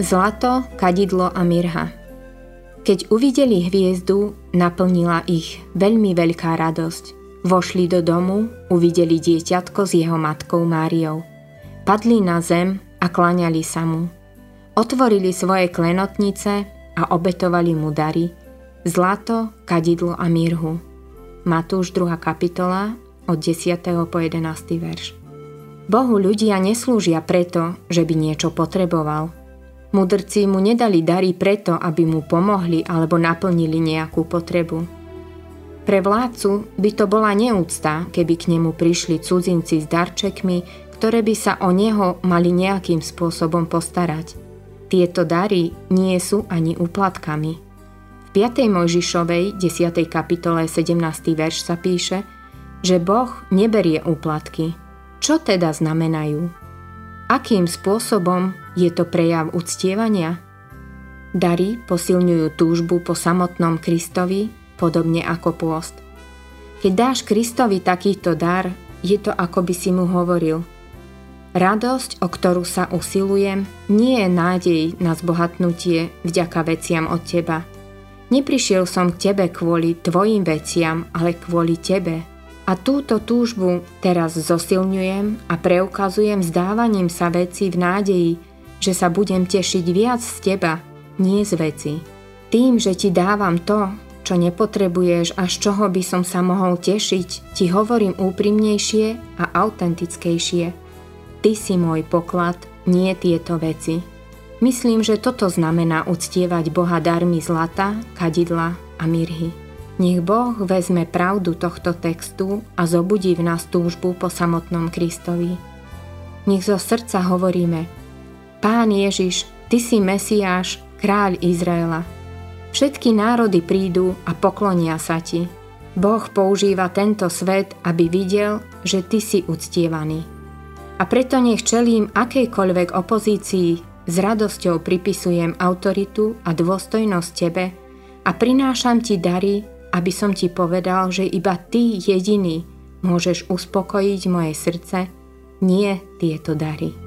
Zlato, kadidlo a mirha. Keď uvideli hviezdu, naplnila ich veľmi veľká radosť. Vošli do domu, uvideli dieťatko s jeho matkou Máriou. Padli na zem a kláňali sa mu. Otvorili svoje klenotnice a obetovali mu dary, zlato, kadidlo a mirhu. Matúš 2. kapitola od 10. po 11. verš. Bohu ľudia neslúžia preto, že by niečo potreboval. Mudrci mu nedali dary preto, aby mu pomohli alebo naplnili nejakú potrebu. Pre vládcu by to bola neúcta, keby k nemu prišli cudzinci s darčekmi, ktoré by sa o neho mali nejakým spôsobom postarať. Tieto dary nie sú ani úplatkami. V 5. Mojžišovej 10. kapitole 17. verš sa píše, že Boh neberie úplatky. Čo teda znamenajú? Akým spôsobom je to prejav uctievania? Dary posilňujú túžbu po samotnom Kristovi, podobne ako pôst. Keď dáš Kristovi takýto dar, je to ako by si mu hovoril: radosť, o ktorú sa usilujem, nie je nádej na zbohatnutie vďaka veciam od teba. Neprišiel som k tebe kvôli tvojim veciam, ale kvôli tebe. A túto túžbu teraz zosilňujem a preukazujem vzdávaním sa vecí v nádeji, že sa budem tešiť viac z teba, nie z veci. Tým, že ti dávam to, čo nepotrebuješ a z čoho by som sa mohol tešiť, ti hovorím úprimnejšie a autentickejšie. Ty si môj poklad, nie tieto veci. Myslím, že toto znamená uctievať Boha darmi zlata, kadidla a mirhy. Nech Boh vezme pravdu tohto textu a zobudí v nás túžbu po samotnom Kristovi. Nech zo srdca hovoríme: Pán Ježiš, Ty si Mesiáš, kráľ Izraela. Všetky národy prídu a poklonia sa Ti. Boh používa tento svet, aby videl, že Ty si uctievaný. A preto nech čelím akejkoľvek opozícii, s radosťou pripisujem autoritu a dôstojnosť Tebe a prinášam Ti dary, aby som Ti povedal, že iba Ty jediný môžeš uspokojiť moje srdce, nie tieto dary.